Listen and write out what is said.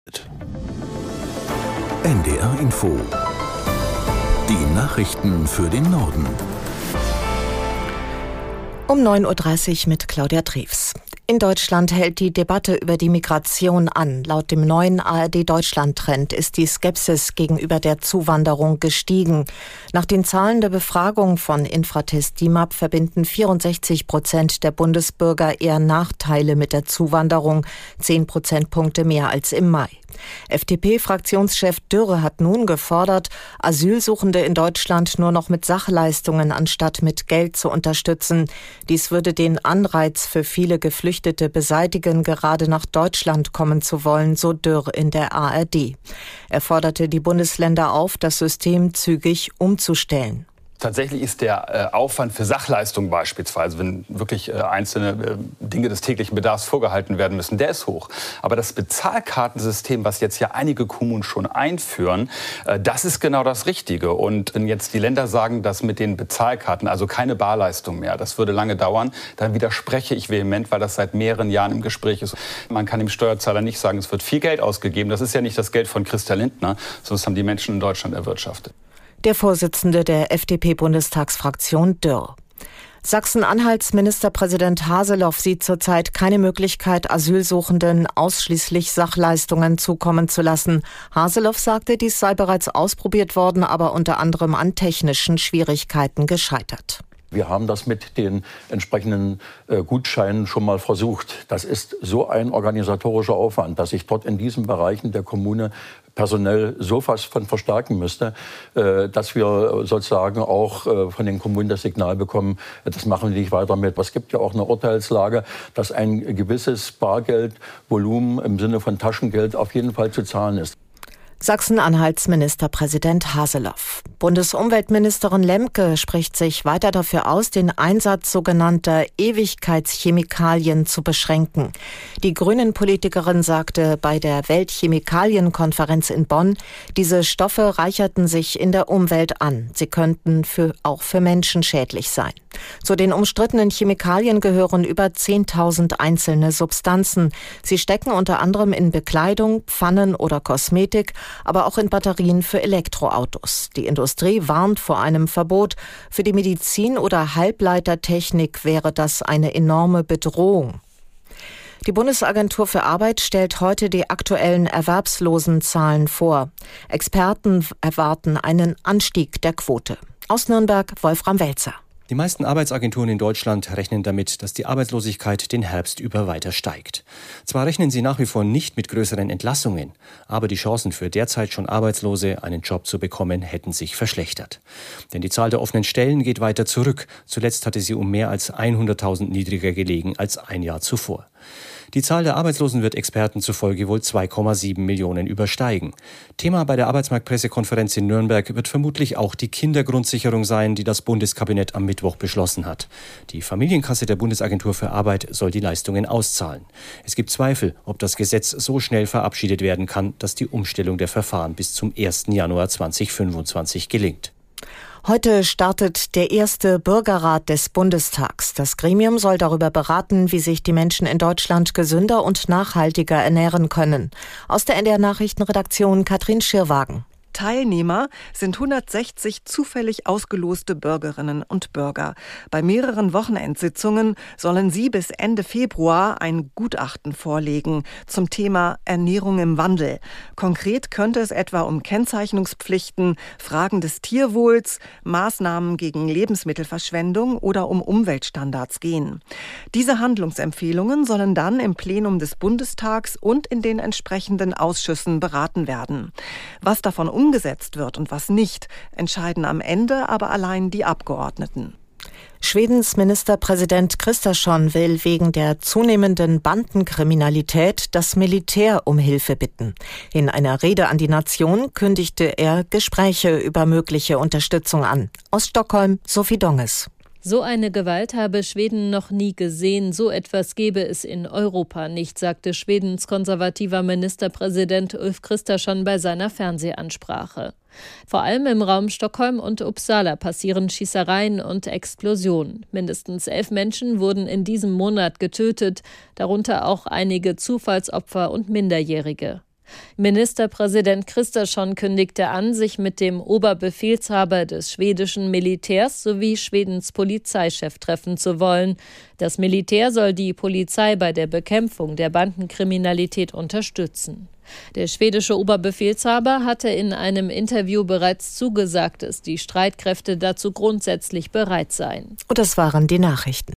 NDR Info. Die Nachrichten für den Norden. Um 9.30 Uhr mit Claudia Drews. In Deutschland hält die Debatte über die Migration an. Laut dem neuen ARD-Deutschland-Trend ist die Skepsis gegenüber der Zuwanderung gestiegen. Nach den Zahlen der Befragung von Infratest DIMAP verbinden 64% der Bundesbürger eher Nachteile mit der Zuwanderung, 10 Prozentpunkte mehr als im Mai. FDP-Fraktionschef Dürre hat nun gefordert, Asylsuchende in Deutschland nur noch mit Sachleistungen anstatt mit Geld zu unterstützen. Dies würde den Anreiz für viele Geflüchtete beseitigen, gerade nach Deutschland kommen zu wollen, so Dürre in der ARD. Er forderte die Bundesländer auf, das System zügig umzustellen. Tatsächlich ist der Aufwand für Sachleistungen beispielsweise, wenn wirklich einzelne Dinge des täglichen Bedarfs vorgehalten werden müssen, der ist hoch. Aber das Bezahlkartensystem, was jetzt ja einige Kommunen schon einführen, das ist genau das Richtige. Und wenn jetzt die Länder sagen, dass mit den Bezahlkarten, also keine Barleistung mehr, das würde lange dauern, dann widerspreche ich vehement, weil das seit mehreren Jahren im Gespräch ist. Man kann dem Steuerzahler nicht sagen, es wird viel Geld ausgegeben. Das ist ja nicht das Geld von Christa Lindner, sondern das haben die Menschen in Deutschland erwirtschaftet. Der Vorsitzende der FDP-Bundestagsfraktion Dürr. Sachsen-Anhalts Ministerpräsident Haseloff sieht zurzeit keine Möglichkeit, Asylsuchenden ausschließlich Sachleistungen zukommen zu lassen. Haseloff sagte, dies sei bereits ausprobiert worden, aber unter anderem an technischen Schwierigkeiten gescheitert. Wir haben das mit den entsprechenden Gutscheinen schon mal versucht. Das ist so ein organisatorischer Aufwand, dass ich dort in diesen Bereichen der Kommune personell so fast von verstärken müsste, dass wir sozusagen auch von den Kommunen das Signal bekommen, das machen wir nicht weiter mit. Es gibt ja auch eine Urteilslage, dass ein gewisses Bargeldvolumen im Sinne von Taschengeld auf jeden Fall zu zahlen ist. Sachsen-Anhalts Ministerpräsident Haseloff. Bundesumweltministerin Lemke spricht sich weiter dafür aus, den Einsatz sogenannter Ewigkeitschemikalien zu beschränken. Die Grünen-Politikerin sagte bei der Weltchemikalienkonferenz in Bonn, diese Stoffe reicherten sich in der Umwelt an. Sie könnten auch für Menschen schädlich sein. Zu den umstrittenen Chemikalien gehören über 10.000 einzelne Substanzen. Sie stecken unter anderem in Bekleidung, Pfannen oder Kosmetik, aber auch in Batterien für Elektroautos. Die Industrie warnt vor einem Verbot. Für die Medizin- oder Halbleitertechnik wäre das eine enorme Bedrohung. Die Bundesagentur für Arbeit stellt heute die aktuellen Erwerbslosenzahlen vor. Experten erwarten einen Anstieg der Quote. Aus Nürnberg, Wolfram Welzer. Die meisten Arbeitsagenturen in Deutschland rechnen damit, dass die Arbeitslosigkeit den Herbst über weiter steigt. Zwar rechnen sie nach wie vor nicht mit größeren Entlassungen, aber die Chancen für derzeit schon Arbeitslose, einen Job zu bekommen, hätten sich verschlechtert. Denn die Zahl der offenen Stellen geht weiter zurück. Zuletzt hatte sie um mehr als 100.000 niedriger gelegen als ein Jahr zuvor. Die Zahl der Arbeitslosen wird Experten zufolge wohl 2,7 Millionen übersteigen. Thema bei der Arbeitsmarktpressekonferenz in Nürnberg wird vermutlich auch die Kindergrundsicherung sein, die das Bundeskabinett am Mittwoch beschlossen hat. Die Familienkasse der Bundesagentur für Arbeit soll die Leistungen auszahlen. Es gibt Zweifel, ob das Gesetz so schnell verabschiedet werden kann, dass die Umstellung der Verfahren bis zum 1. Januar 2025 gelingt. Heute startet der erste Bürgerrat des Bundestags. Das Gremium soll darüber beraten, wie sich die Menschen in Deutschland gesünder und nachhaltiger ernähren können. Aus der NDR Nachrichtenredaktion Katrin Schirwagen. Teilnehmer sind 160 zufällig ausgeloste Bürgerinnen und Bürger. Bei mehreren Wochenendsitzungen sollen sie bis Ende Februar ein Gutachten vorlegen zum Thema Ernährung im Wandel. Konkret könnte es etwa um Kennzeichnungspflichten, Fragen des Tierwohls, Maßnahmen gegen Lebensmittelverschwendung oder um Umweltstandards gehen. Diese Handlungsempfehlungen sollen dann im Plenum des Bundestags und in den entsprechenden Ausschüssen beraten werden. Was davon umgesetzt wird und was nicht, entscheiden am Ende aber allein die Abgeordneten. Schwedens Ministerpräsident Kristersson will wegen der zunehmenden Bandenkriminalität das Militär um Hilfe bitten. In einer Rede an die Nation kündigte er Gespräche über mögliche Unterstützung an. Aus Stockholm, Sophie Donges. So eine Gewalt habe Schweden noch nie gesehen. So etwas gebe es in Europa nicht, sagte Schwedens konservativer Ministerpräsident Ulf Kristersson bei seiner Fernsehansprache. Vor allem im Raum Stockholm und Uppsala passieren Schießereien und Explosionen. Mindestens 11 Menschen wurden in diesem Monat getötet, darunter auch einige Zufallsopfer und Minderjährige. Ministerpräsident Kristersson kündigte an, sich mit dem Oberbefehlshaber des schwedischen Militärs sowie Schwedens Polizeichef treffen zu wollen. Das Militär soll die Polizei bei der Bekämpfung der Bandenkriminalität unterstützen. Der schwedische Oberbefehlshaber hatte in einem Interview bereits zugesagt, dass die Streitkräfte dazu grundsätzlich bereit seien. Und das waren die Nachrichten.